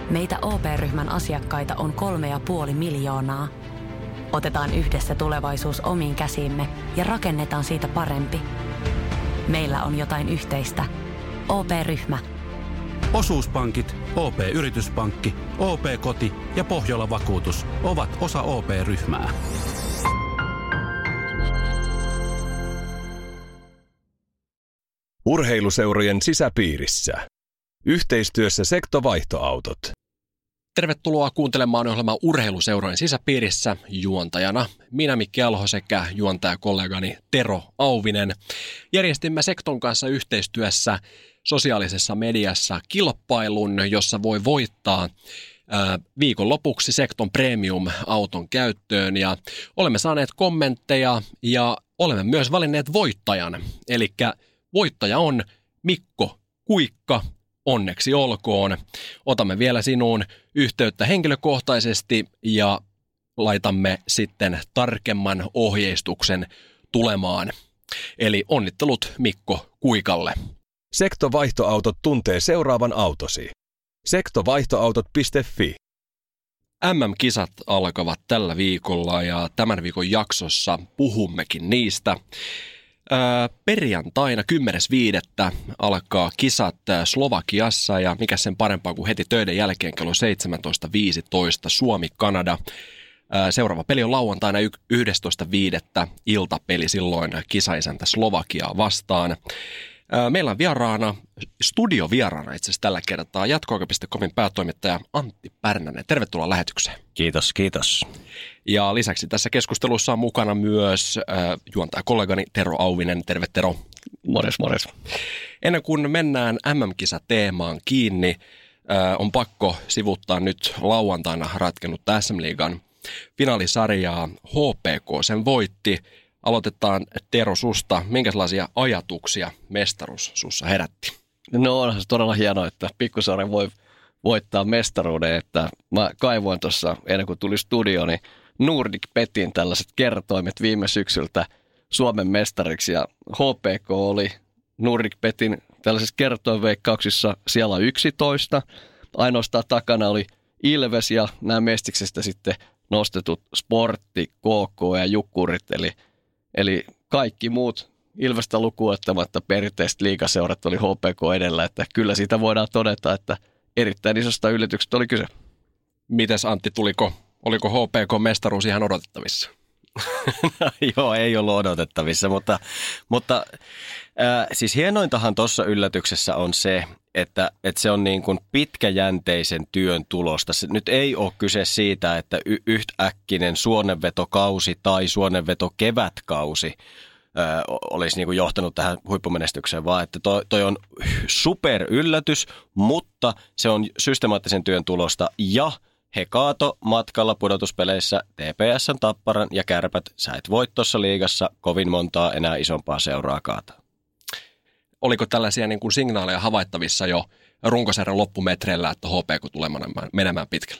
Meitä OP-ryhmän asiakkaita on 3,5 miljoonaa. Otetaan yhdessä tulevaisuus omiin käsiimme ja rakennetaan siitä parempi. Meillä on jotain yhteistä. OP-ryhmä. Osuuspankit, OP-yrityspankki, OP-koti ja Pohjola-vakuutus ovat osa OP-ryhmää. Urheiluseurojen sisäpiirissä. Yhteistyössä Sektovaihtoautot. Tervetuloa kuuntelemaan ohjelmaa Urheiluseurojen sisäpiirissä, juontajana minä Mikki Alho sekä juontajakollegani Tero Auvinen. Järjestimme Sekton kanssa yhteistyössä sosiaalisessa mediassa kilpailun, jossa voi voittaa viikonlopuksi Sekton Premium-auton käyttöön ja olemme saaneet kommentteja ja olemme myös valinneet voittajan. Eli voittaja on Mikko Kuikka. Onneksi olkoon. Otamme vielä sinuun yhteyttä henkilökohtaisesti ja laitamme sitten tarkemman ohjeistuksen tulemaan. Eli onnittelut Mikko Kuikalle. Sektovaihtoautot tuntee seuraavan autosi. Sektovaihtoautot.fi. MM-kisat alkavat tällä viikolla ja tämän viikon jaksossa puhummekin niistä. Perjantaina 10.5. alkaa kisat Slovakiassa ja mikä sen parempaa kuin heti töiden jälkeen kello 17.15 Suomi-Kanada. Seuraava peli on lauantaina 11.5. iltapeli silloin kisaisäntä Slovakiaa vastaan. Meillä on vieraana, studiovieraana itse asiassa tällä kertaa Jatko-Aika.comin päätoimittaja Antti Pärnänen. Tervetuloa lähetykseen. Kiitos, kiitos. Ja lisäksi tässä keskustelussa on mukana myös juontajakollegani Tero Auvinen. Terve Tero. Morjes. Ennen kuin mennään MM-kisateemaan kiinni, on pakko sivuttaa nyt lauantaina ratkennutta SM-liigan finaalisarjaa. HPK sen voitti. Aloitetaan Tero susta. Minkälaisia ajatuksia mestaruus sussa herätti? No onhan se todella hienoa, että Pikkusaari voi voittaa mestaruuden. Että mä kaivoin tuossa ennen kuin tuli studio, niin Nordic Betin tällaiset kertoimet viime syksyltä Suomen mestariksi. Ja HPK oli Nordic Betin tällaisissa kertoinveikkauksissa siellä 11. Ainoastaan takana oli Ilves ja nämä mestiksestä sitten nostetut Sportti, KK ja Jukkurit. Eli kaikki muut Ilvestä lukuun ottamatta perinteiset liigaseurat oli HPK edellä, että kyllä siitä voidaan todeta, että erittäin isosta yllätyksestä oli kyse. Mites Antti, oliko HPK-mestaruus ihan odotettavissa? No, joo, ei ollut odotettavissa, mutta siis hienointahan tuossa yllätyksessä on se, että se on niin kuin pitkäjänteisen työn tulosta. Se nyt ei ole kyse siitä, että yhtäkkinen suonenvetokausi tai suonenvetokevätkausi olisi niin kuin johtanut tähän huippumenestykseen, vaan että toi on super yllätys, mutta se on systemaattisen työn tulosta ja he kaato matkalla pudotuspeleissä TPS:n, Tapparan ja Kärpät. Sä et voi tuossa liigassa kovin montaa enää isompaa seuraa kaataa. Oliko tällaisia niin kuin signaaleja havaittavissa jo runkosarjan loppumetreillä, että HPK tulee menemään pitkälle?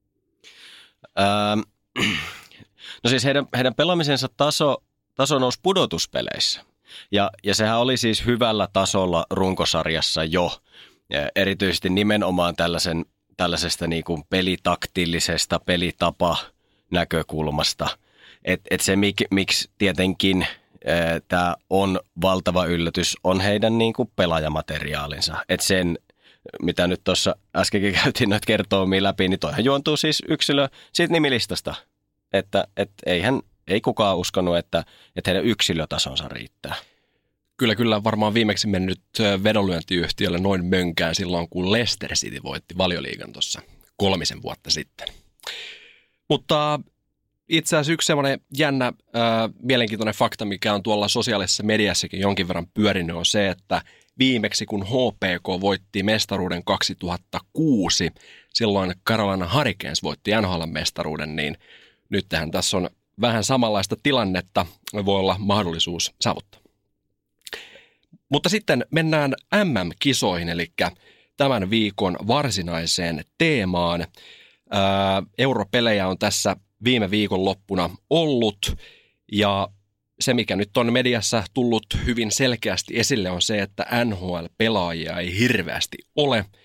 No siis heidän pelaamisensa taso nousi pudotuspeleissä. Ja sehän oli siis hyvällä tasolla runkosarjassa jo, ja erityisesti nimenomaan tällaisesta niin kuin pelitaktillisesta pelitapa-näkökulmasta. Et se, miksi tietenkin tämä on valtava yllätys, on heidän niin kuin pelaajamateriaalinsa. Et sen, mitä nyt tuossa äskenkin käytiin noita kertoimia läpi, niin toihan juontuu siis yksilö siitä nimilistasta. Että ei kukaan uskonut, että heidän yksilötasonsa riittää. Kyllä varmaan viimeksi mennyt vedonlyöntiyhtiölle noin mönkään silloin, kun Leicester City voitti Valioliigan tuossa 3 vuotta sitten. Mutta itse asiassa yksi semmoinen jännä, mielenkiintoinen fakta, mikä on tuolla sosiaalisessa mediassakin jonkin verran pyörinyt, on se, että viimeksi kun HPK voitti mestaruuden 2006, silloin Carolina Hurricanes voitti NHL-mestaruuden, niin nythän tässä on vähän samanlaista tilannetta, voi olla mahdollisuus saavuttaa. Mutta sitten mennään MM-kisoihin, eli tämän viikon varsinaiseen teemaan. Europelejä on tässä viime viikon loppuna ollut, ja se mikä nyt on mediassa tullut hyvin selkeästi esille on se, että NHL-pelaajia ei hirveästi ole.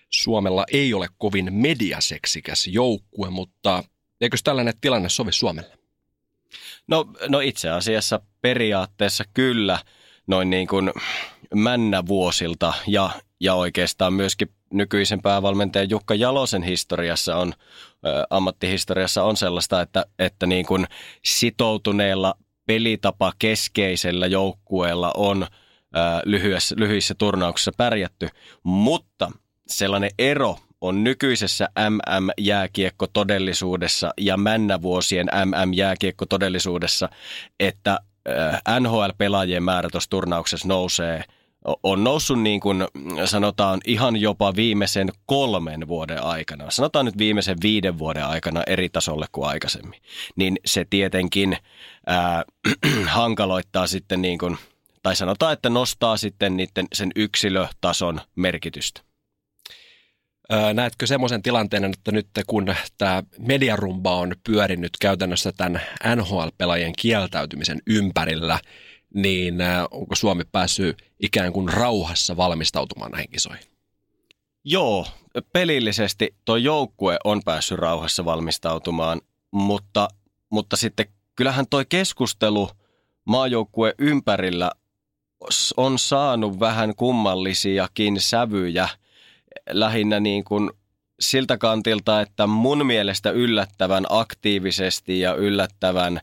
Suomella ei ole kovin mediaseksikäs joukkue, mutta eikös tällainen tilanne sovi Suomelle? No itse asiassa periaatteessa kyllä noin niin kuin männävuosilta ja oikeastaan myöskin nykyisen päävalmentajan Jukka Jalosen ammattihistoriassa on sellaista, että niin kuin sitoutuneella pelitapa keskeisellä joukkueella on lyhyissä turnauksissa pärjätty, mutta sellainen ero on nykyisessä MM-jääkiekko-todellisuudessa ja männävuosien MM-jääkiekko-todellisuudessa, että NHL-pelaajien määrä tuossa turnauksessa on noussut niin kuin sanotaan ihan jopa viimeisen 3 vuoden aikana. Sanotaan nyt viimeisen 5 vuoden aikana eri tasolle kuin aikaisemmin. Niin se tietenkin hankaloittaa sitten niin kuin, tai sanotaan, että nostaa sitten sen yksilötason merkitystä. Näetkö semmoisen tilanteen, että nyt kun tämä mediarumba on pyörinyt käytännössä tämän NHL-pelaajien kieltäytymisen ympärillä, niin onko Suomi päässyt ikään kuin rauhassa valmistautumaan näihin kisoihin? Joo, pelillisesti tuo joukkue on päässyt rauhassa valmistautumaan, mutta sitten kyllähän tuo keskustelu maajoukkueen ympärillä on saanut vähän kummallisiakin sävyjä. Lähinnä niin kuin siltä kantilta, että mun mielestä yllättävän aktiivisesti ja yllättävän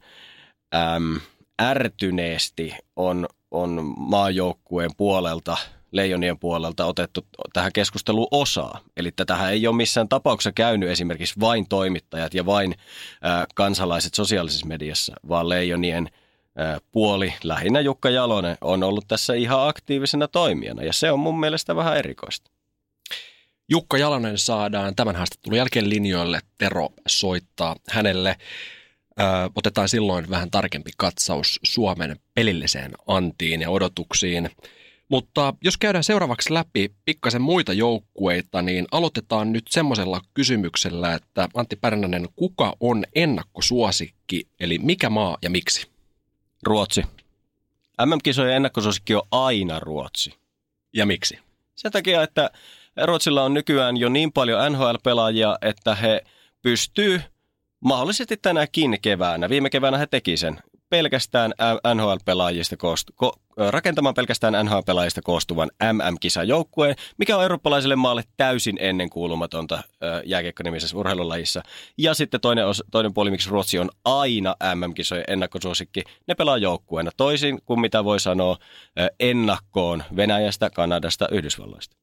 ärtyneesti on maajoukkueen puolelta, Leijonien puolelta otettu tähän keskusteluun osaa. Eli tätähän ei ole missään tapauksessa käynyt esimerkiksi vain toimittajat ja vain kansalaiset sosiaalisessa mediassa, vaan Leijonien puoli, lähinnä Jukka Jalonen, on ollut tässä ihan aktiivisena toimijana ja se on mun mielestä vähän erikoista. Jukka Jalonen saadaan tämän haastattelun jälkeen linjoille. Tero soittaa hänelle. Otetaan silloin vähän tarkempi katsaus Suomen pelilliseen antiin ja odotuksiin. Mutta jos käydään seuraavaksi läpi pikkasen muita joukkueita, niin aloitetaan nyt semmoisella kysymyksellä, että Antti Pärnänen, kuka on ennakkosuosikki, eli mikä maa ja miksi? Ruotsi. MM-kisojen ennakkosuosikki on aina Ruotsi. Ja miksi? Sen takia, että Ruotsilla on nykyään jo niin paljon NHL-pelaajia, että he pystyy mahdollisesti tänäkin keväänä, viime keväänä he teki sen, pelkästään NHL-pelaajista rakentamaan pelkästään NHL-pelaajista koostuvan MM-kisajoukkueen, mikä on eurooppalaiselle maalle täysin ennenkuulumatonta jääkiekko-nimisessä urheilulajissa. Ja sitten toinen puoli, miksi Ruotsi on aina MM-kisojen ennakkosuosikki, ne pelaa joukkueena toisin kuin mitä voi sanoa ennakkoon Venäjästä, Kanadasta, Yhdysvalloista.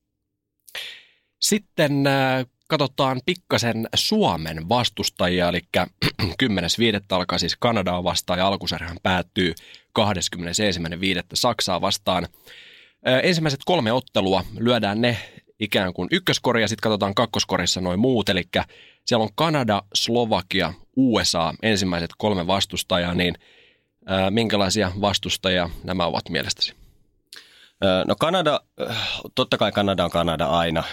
Sitten katsotaan pikkasen Suomen vastustajia, eli 10.5. alkaa siis Kanadaa vastaan ja alkusarjahan päättyy 21.5. Saksaa vastaan. Ensimmäiset 3 ottelua lyödään ne ikään kuin ykköskori ja sitten katsotaan kakkoskorissa noin muut, eli siellä on Kanada, Slovakia, USA, ensimmäiset 3 vastustajaa, niin minkälaisia vastustajia nämä ovat mielestäsi? No Kanada, totta kai Kanada on Kanada aina,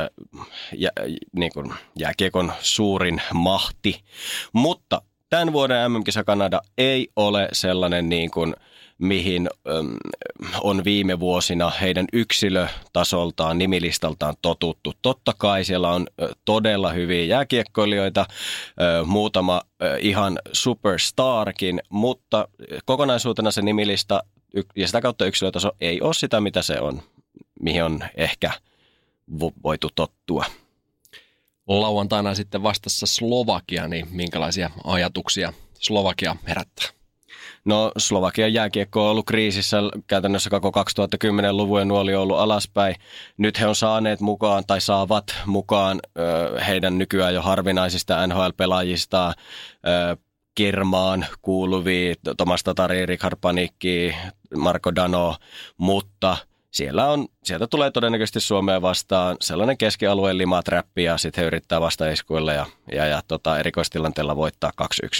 niin kuin jääkiekon suurin mahti, mutta tämän vuoden MM-kisa Kanada ei ole sellainen niin kuin mihin on viime vuosina heidän yksilötasoltaan, nimilistaltaan totuttu. Totta kai siellä on todella hyviä jääkiekkoilijoita, muutama ihan superstarkin, mutta kokonaisuutena se nimilista ja sitä kautta yksilötaso ei ole sitä, mitä se on, mihin on ehkä voitu tottua. Lauantaina sitten vastassa Slovakia, niin minkälaisia ajatuksia Slovakia herättää? No Slovakian jääkiekko on ollut kriisissä käytännössä koko 2010-luvun ja nuoli on ollut alaspäin. Nyt he on saaneet mukaan tai saavat mukaan heidän nykyään jo harvinaisista NHL-pelaajista Kermaan kuuluvia, Tomas Tatari, Richard Panikki, Marko Dano, mutta sieltä tulee todennäköisesti Suomea vastaan sellainen keskialueen limatrappi ja sitten he yrittää vastaiskuilla ja erikoistilanteella voittaa 2-1.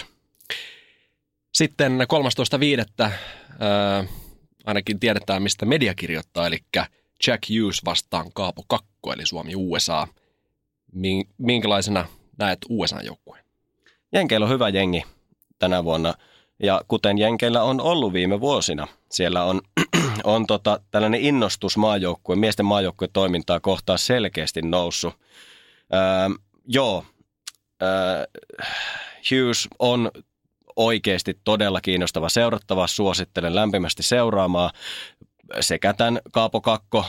Sitten 13.5. Ainakin tiedetään, mistä media kirjoittaa, eli Jack Hughes vastaan Kaapo Kakko, eli Suomi-USA. Minkälaisena näet USA-joukkueen? Jenkeillä on hyvä jengi tänä vuonna. Ja kuten Jenkeillä on ollut viime vuosina, siellä on tällainen innostus miesten maajoukkueen toimintaa kohtaan selkeästi noussut. Hughes on oikeasti todella kiinnostava seurattava, suosittelen lämpimästi seuraamaan sekä tämän Kaapo Kakko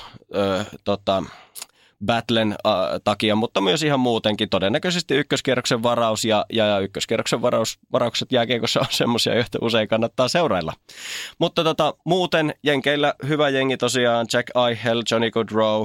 battlen takia, mutta myös ihan muutenkin todennäköisesti ykköskierroksen varaus ja ykköskierroksen varaukset jääkiekossa on semmoisia, joita usein kannattaa seurailla. Mutta muuten Jenkeillä hyvä jengi tosiaan, Jack Eichel, Johnny Gaudreau,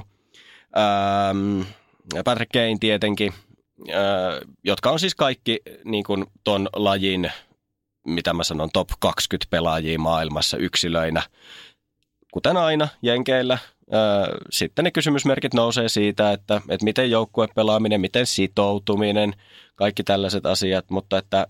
Patrick Kane tietenkin, jotka on siis kaikki niin kuin ton lajin, mitä mä sanon, top 20 pelaajia maailmassa yksilöinä. Kuten aina Jenkeillä. Sitten ne kysymysmerkit nousee siitä, että miten joukkuepelaaminen, miten sitoutuminen, kaikki tällaiset asiat, mutta että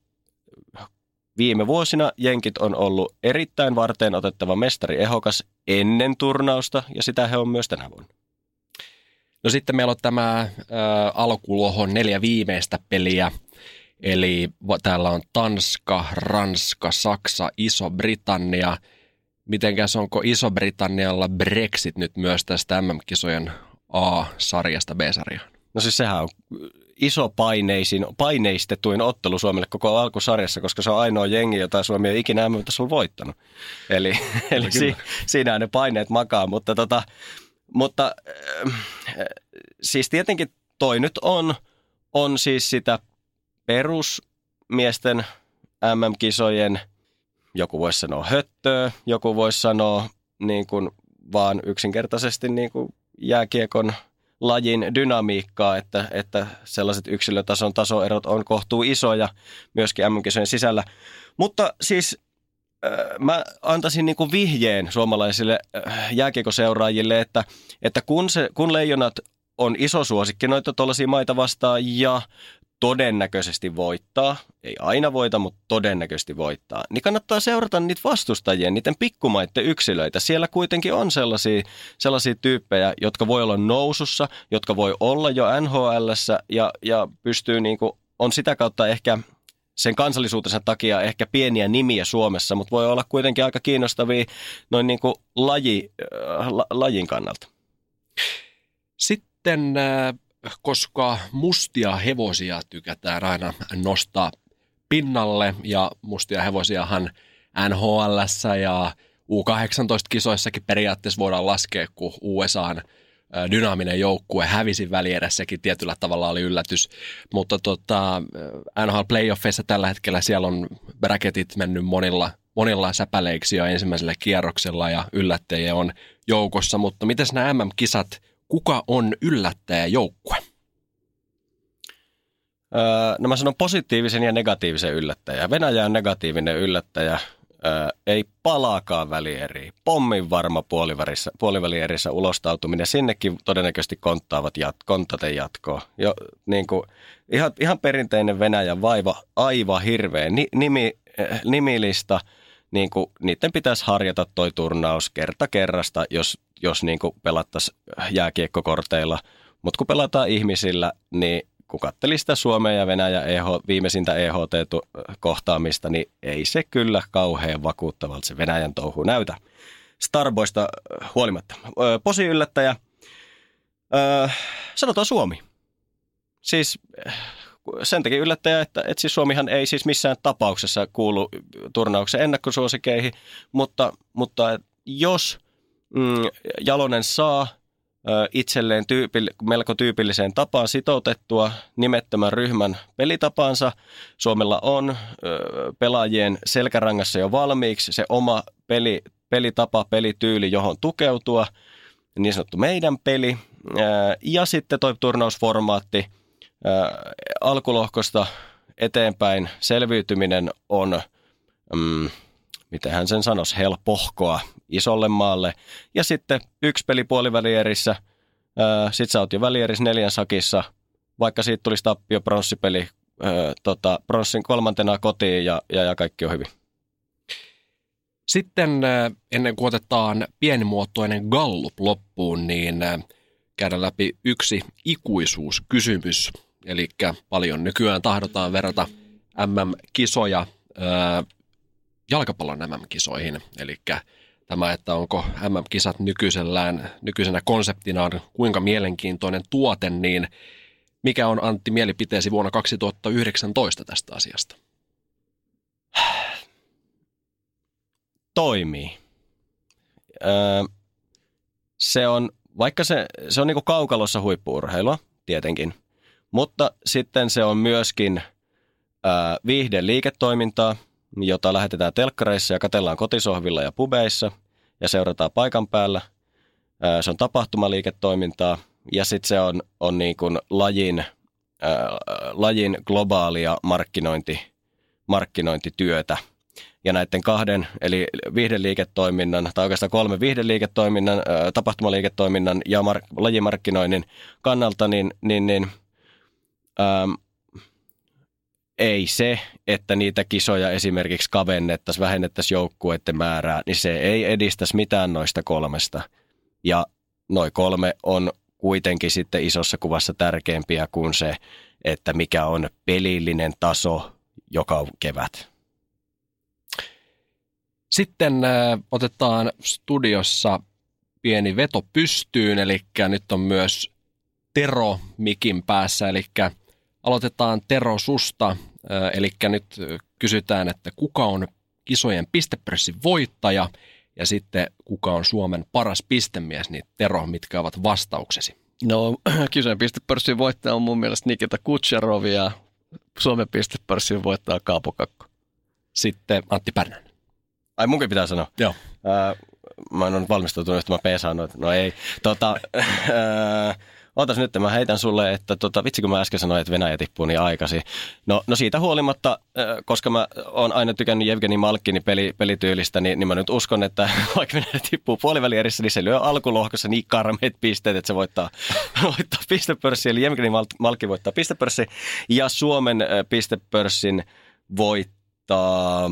viime vuosina Jenkit on ollut erittäin varteen otettava mestari ehokas ennen turnausta ja sitä he on myös tänä vuonna. No sitten meillä on tämä alkulohon 4 viimeistä peliä, eli täällä on Tanska, Ranska, Saksa, Iso-Britannia. Mitenkäs onko Iso-Britannialla Brexit nyt myös tästä MM-kisojen A-sarjasta B-sarjaan? No siis sehän on iso paineistetuin ottelu Suomelle koko alkusarjassa, koska se on ainoa jengi, jota Suomi ei ikinä MM-tasolla voittanut. Eli siinä ne paineet makaa, mutta siis tietenkin toi nyt on siis sitä perusmiesten MM-kisojen, joku voisi sanoa höttöä, joku voisi sanoa niin kuin vaan yksinkertaisesti niin kuin jääkiekon lajin dynamiikkaa, että sellaiset yksilötason tasoerot on kohtuu isoja myöskin MM-kisojen sisällä. Mutta siis mä antaisin niin kuin vihjeen suomalaisille jääkiekoseuraajille, että kun Leijonat on iso suosikki noita tuollaisia maita vastaan ja todennäköisesti voittaa, ei aina voita, mutta todennäköisesti voittaa, niin kannattaa seurata niitä vastustajia, niiden pikkumaiden yksilöitä. Siellä kuitenkin on sellaisia tyyppejä, jotka voi olla nousussa, jotka voi olla jo NHL:ssä ja pystyy on sitä kautta ehkä sen kansallisuutensa takia ehkä pieniä nimiä Suomessa, mutta voi olla kuitenkin aika kiinnostavia noin lajin kannalta. Sitten koska mustia hevosia tykätään aina nostaa pinnalle ja mustia hevosiahan NHL:ssä ja U18-kisoissakin periaatteessa voidaan laskea, kun USA:n dynaaminen joukkue hävisi välierässäkin tietyllä tavalla oli yllätys, mutta NHL-playoffeissa tällä hetkellä siellä on bracketit mennyt monilla säpäleiksi jo ensimmäisellä kierroksella ja yllättäjiä on joukossa, mutta miten nämä MM-kisat, kuka on yllättäjäjoukkue? No mä sanon positiivisen ja negatiivisen yllättäjä. Venäjä on negatiivinen yllättäjä. Ei palaakaan välieriä. Pommin varma puolivälierissä ulostautuminen. Sinnekin todennäköisesti konttaten jatkoa. Jo, ihan perinteinen Venäjän vaiva, aivan hirveä nimilista. Niiden pitäisi harjata toi turnaus kerta kerrasta, jos pelattaisiin jääkiekkokorteilla. Mutta kun pelataan ihmisillä, niin kun katseli sitä Suomea ja Venäjä viimeisintä EHT-kohtaamista, niin ei se kyllä kauhean vakuuttavalta se Venäjän touhu näytä. Starboista huolimatta. Posi-yllättäjä, sanotaan Suomi. Siis sen takia yllättäjä, että siis Suomihan ei siis missään tapauksessa kuulu turnauksen ennakkosuosikeihin, mutta jos Jalonen saa itselleen melko tyypilliseen tapaan sitoutettua nimettömän ryhmän pelitapaansa. Suomella on pelaajien selkärangassa jo valmiiksi se oma pelitapa, pelityyli, johon tukeutua, niin sanottu meidän peli. Ja sitten tuo turnausformaatti alkulohkosta eteenpäin selviytyminen on, miten hän sen sanoisi, helpohkoa isolle maalle. Ja sitten yksi peli puolivälierissä, sit sä oot jo välierissä 4 sakissa, vaikka siitä tulisi tappio pronssipeli, pronssin 3. kotiin ja kaikki on hyvin. Sitten ennen kuin otetaan pienimuotoinen gallup loppuun, niin käydään läpi yksi ikuisuuskysymys. Eli paljon nykyään tahdotaan verrata MM-kisoja jalkapallon MM-kisoihin. Eli tämä, että onko MM-kisat nykyisenä konseptinaan kuinka mielenkiintoinen tuote, niin mikä on Antti mielipiteesi vuonna 2019 tästä asiasta? Toimii. Se on, vaikka se on niin kuin kaukalossa huippu-urheilua, tietenkin, mutta sitten se on myöskin viihdeliiketoimintaa, jota lähetetään telkkareissa ja katsellaan kotisohvilla ja pubeissa ja seurataan paikan päällä. Se on tapahtumaliiketoimintaa ja sitten se on niin kuin lajin globaalia markkinointityötä. Ja näiden kahden, eli viihdeliiketoiminnan, tai oikeastaan 3 viihdeliiketoiminnan, tapahtumaliiketoiminnan ja lajimarkkinoinnin kannalta, ei se, että niitä kisoja esimerkiksi kavennettaisiin, vähennettäisiin joukkueiden määrää, niin se ei edistäisi mitään noista 3. Ja noi 3 on kuitenkin sitten isossa kuvassa tärkeämpiä kuin se, että mikä on pelillinen taso joka kevät. Sitten otetaan studiossa pieni veto pystyyn, eli nyt on myös Tero mikin päässä, eli aloitetaan Tero susta, eli nyt kysytään, että kuka on kisojen pistepörssin voittaja ja sitten kuka on Suomen paras pistemies, niin Tero, mitkä ovat vastauksesi? No, kisojen pistepörssin voittaja on mun mielestä Nikita Kucherov ja Suomen pistepörssin voittaja Kaapo Kakko. Sitten Antti Pärnänen. Ai munkin pitää sanoa? Joo. Mä en ole valmistautunut, että mä peesaan noita. No ei. Ootas nyt, mä heitän sulle, että vitsi kun mä äsken sanoin, että Venäjä tippuu niin aikaisin. No siitä huolimatta, koska mä oon aina tykännyt Jevgeni Malkkinin pelityylistä, niin mä nyt uskon, että vaikka Venäjä tippuu puolivälierissä, niin se lyö alkulohkossa niin karmeet pisteet, että se voittaa pistepörssin. Eli Jevgeni Malkki voittaa pistepörssin ja Suomen pistepörssin voittaa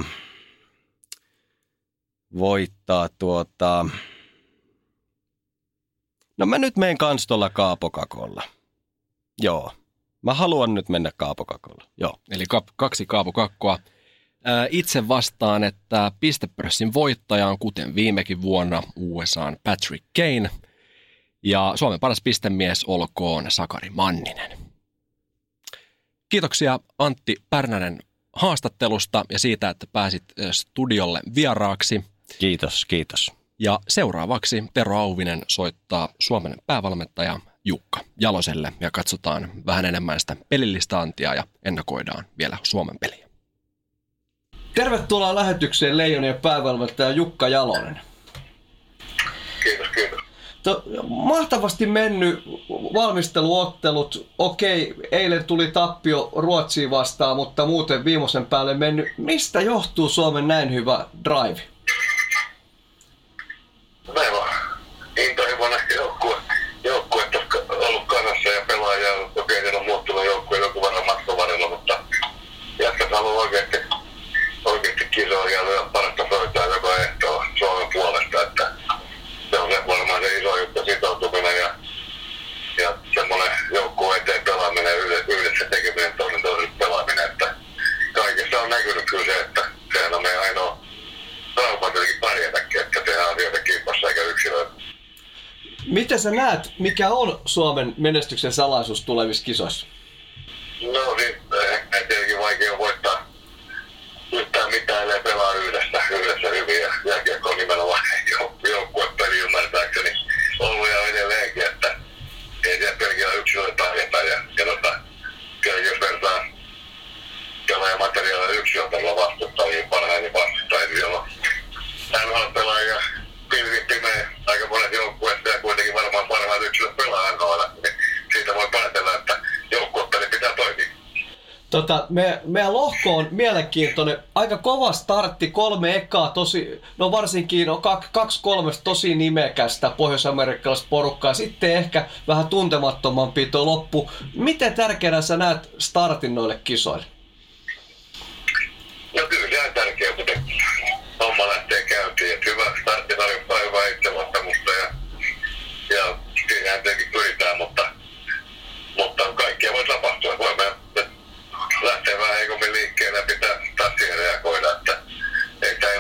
No mä nyt menen kans tuolla Kaapo Kakolla. Joo. Mä haluan nyt mennä Kaapo Kakolla. Joo. Eli 2 Kaapo Kakkoa. Itse vastaan, että pistepörssin voittaja on kuten viimekin vuonna USA:n Patrick Kane. Ja Suomen paras pistemies olkoon Sakari Manninen. Kiitoksia Antti Pärnänen haastattelusta ja siitä, että pääsit studiolle vieraaksi. Kiitos. Ja seuraavaksi Tero Auvinen soittaa Suomen päävalmentaja Jukka Jaloselle ja katsotaan vähän enemmän sitä pelillistä antia ja ennakoidaan vielä Suomen peliä. Tervetuloa lähetykseen Leijonien päävalmentaja Jukka Jalonen. Kiitos. Mahtavasti mennyt valmisteluottelut. Okei, eilen tuli tappio Ruotsiin vastaan, mutta muuten viimeisen päälle mennyt. Mistä johtuu Suomen näin hyvä drive? Meillä on intohimoinen joukkue ollut kasassa ja pelaajia. Okei, siellä on muuttunut joukkue joku verran matkan varrella, mutta jätkät haluaa oikeasti kisoa ja lyö parasta soittaa joka ehtoo Suomen puolesta. Että se on varmaan se iso juttu, sitoutuminen ja semmoinen joukkueen eteen pelaaminen, yhdessä tekeminen, toinen pelaaminen. Että kaikessa on näkynyt kyllä se, että sehän on meidän ainoa rauha tietenkin pärjätäkin, että tehdään asioita kimpassa eikä yksilöitä. Miten sä näet, mikä on Suomen menestyksen salaisuus tulevissa kisoissa? No siis tietenkin vaikea voittaa yhtään mitään, ellei pelaa yhdessä hyvin. Ja jääkiekko on nimenomaan joukkuepeli ymmärtääkseni ollut ja edelleenkin, että ei siellä pelkillä yksilöitä pärjätä. Ja kyllä jos vertaa pelaajamateriaalia yksilöitä vastustajia parhaiten vastustajia, siellä on NHL-pelaajia pimeä aika monet joukkueista ja kuitenkin varmaan parhaat yksilöt pelaa NHL, niin siitä voi päätellä, että joukkuepeli pitää toimia. Meidän lohko on mielenkiintoinen. Aika kova startti, 3 ekaa, varsinkin 2-3 tosi nimekästä pohjois-amerikkalaista porukkaa. Sitten ehkä vähän tuntemattomampi tuo loppu. Miten tärkeänä sä näet startin noille kisoille? No kyllä se on tärkeää, kun homma lähtee käyntiin. Että hyvä startti tarjoaa hyvää itseluottamusta ja siinähän tietenkin pyritään, mutta kaikkea voi tapahtua. Voimme lähteä vähän heikommin liikkeelle ja pitää taas siihen reagoida, että ei tämä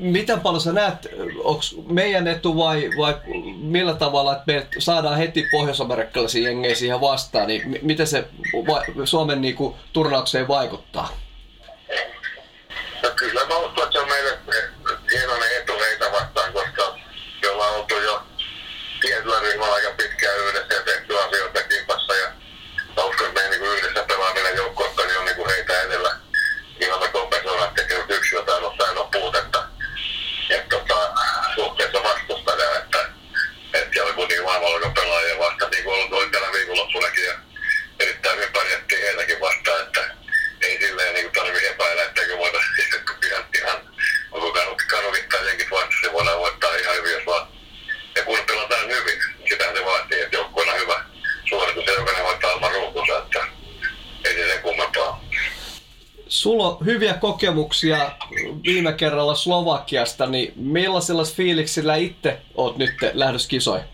Miten paljon sä näet, onko meidän etu vai millä tavalla, että me saadaan heti pohjois-amerikkalaisia jengejä siihen vastaan, niin miten se Suomen niinku turnaukseen vaikuttaa? No kyllä mä uskon, että se on meille hienoinen etu heitä vastaan, koska me ollaan oltu jo tietyllä ryhmällä aika pitkään yhdessä ja tehty asioita kimpassa. Ja mä uskon, että meidän niinku yhdessä pelaaminen joukkuetta niin on niinku heitä edellä. Ihan me kompensoidaan tekemään yksilötä, jossain on puutetta. Suhteessa vastustaja, että siellä on kuitenkin maailmanluokan pelaajia vastaan, niin kuin oli tällä viikonloppunakin. Ja erittäin hyvin pärjättiin heitäkin vastaan, että ei silleen niin tarvitse epäillä, etteikö voida ihan kanukittaa jenkit vastassa, se voidaan voittaa ihan hyvin, jos vaan. Ja kun pelataan hyvin, sitähän se vaatii, että joukkueena hyvä suoritus ja jokainen voittaa oman ruukunsa, että ei se sen kummempaa. Sulla on hyviä kokemuksia viime kerralla Slovakiasta, niin millaisella fiiliksillä itse oot nyt lähdössä kisoihin?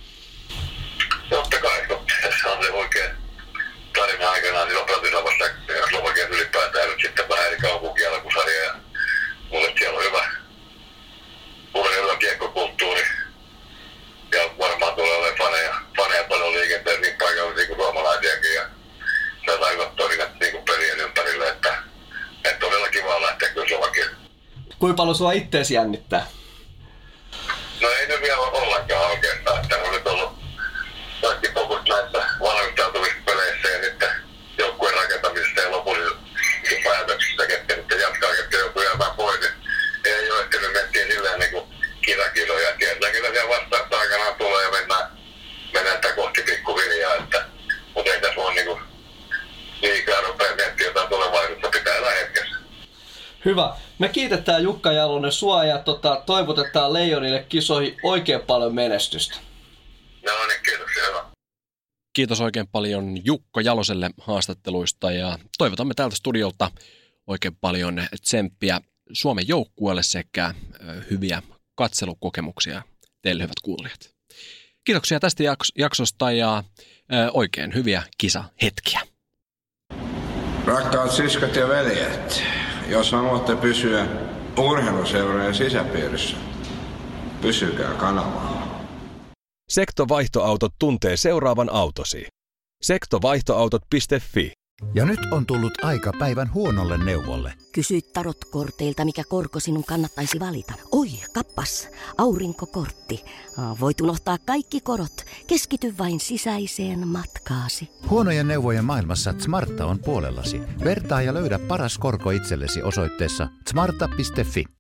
Totta kai, se on se oikein tarina aikanaan, niin opetin vasta Slovakian ylipäätään nyt sitten vähän eri kaupunkia alkusarja. Ja mulle siellä on hyvä kiekkokulttuuri ja varmaan tulee olemaan faneja paljon liikenteen niin paikallisia kuin suomalaisiakin. Ja se on aika torinat niin pelien ympärille, että todella kiva lähteä kyllä Slovakiaan. Kuinka paljon sua itteesi jännittää? No ei nyt vielä ollenkaan oikeastaan, että on nyt ollut kaikki fokus näissä valmistautuvissa peleissä ja sitten joukkueen rakentamisessa ja lopullisissa päätöksissä, ketkä sitten jatkaa, ketkä joutuu jäämään pois, niin ei ole ehtinyt miettiä silleen niin kuin kisakisoja. Tiedetään, kyllä siellä vastaasta aikanaan tulee ja mennään sitä kohti pikkuhiljaa, mutta ei tässä ole niin liikaa rupea miettiä jotain tulevaisuutta, pitää elää hetkessä. Hyvä. Me kiitetään Jukka Jalonen sua ja toivotetaan Leijonille kisoihin oikein paljon menestystä. No niin, kiitoksia. Hyvä. Kiitos oikein paljon Jukka Jaloselle haastatteluista ja toivotamme täältä studiolta oikein paljon tsemppiä Suomen joukkueelle sekä hyviä katselukokemuksia teille hyvät kuulijat. Kiitoksia tästä jaksosta ja oikein hyviä kisahetkiä. Rakkaat siskot ja veljet, jos haluatte pysyä urheiluseurojen sisäpiirissä, pysykää kanavalla. Sektovaihtoautot tuntee seuraavan autosi. Sektovaihtoautot.fi. Ja nyt on tullut aika päivän huonolle neuvolle. Kysy tarotkorteilta, mikä korko sinun kannattaisi valita. Oi, kappas, aurinkokortti. Voit unohtaa kaikki korot. Keskity vain sisäiseen matkaasi. Huonojen neuvojen maailmassa Smarta on puolellasi. Vertaa ja löydä paras korko itsellesi osoitteessa smarta.fi.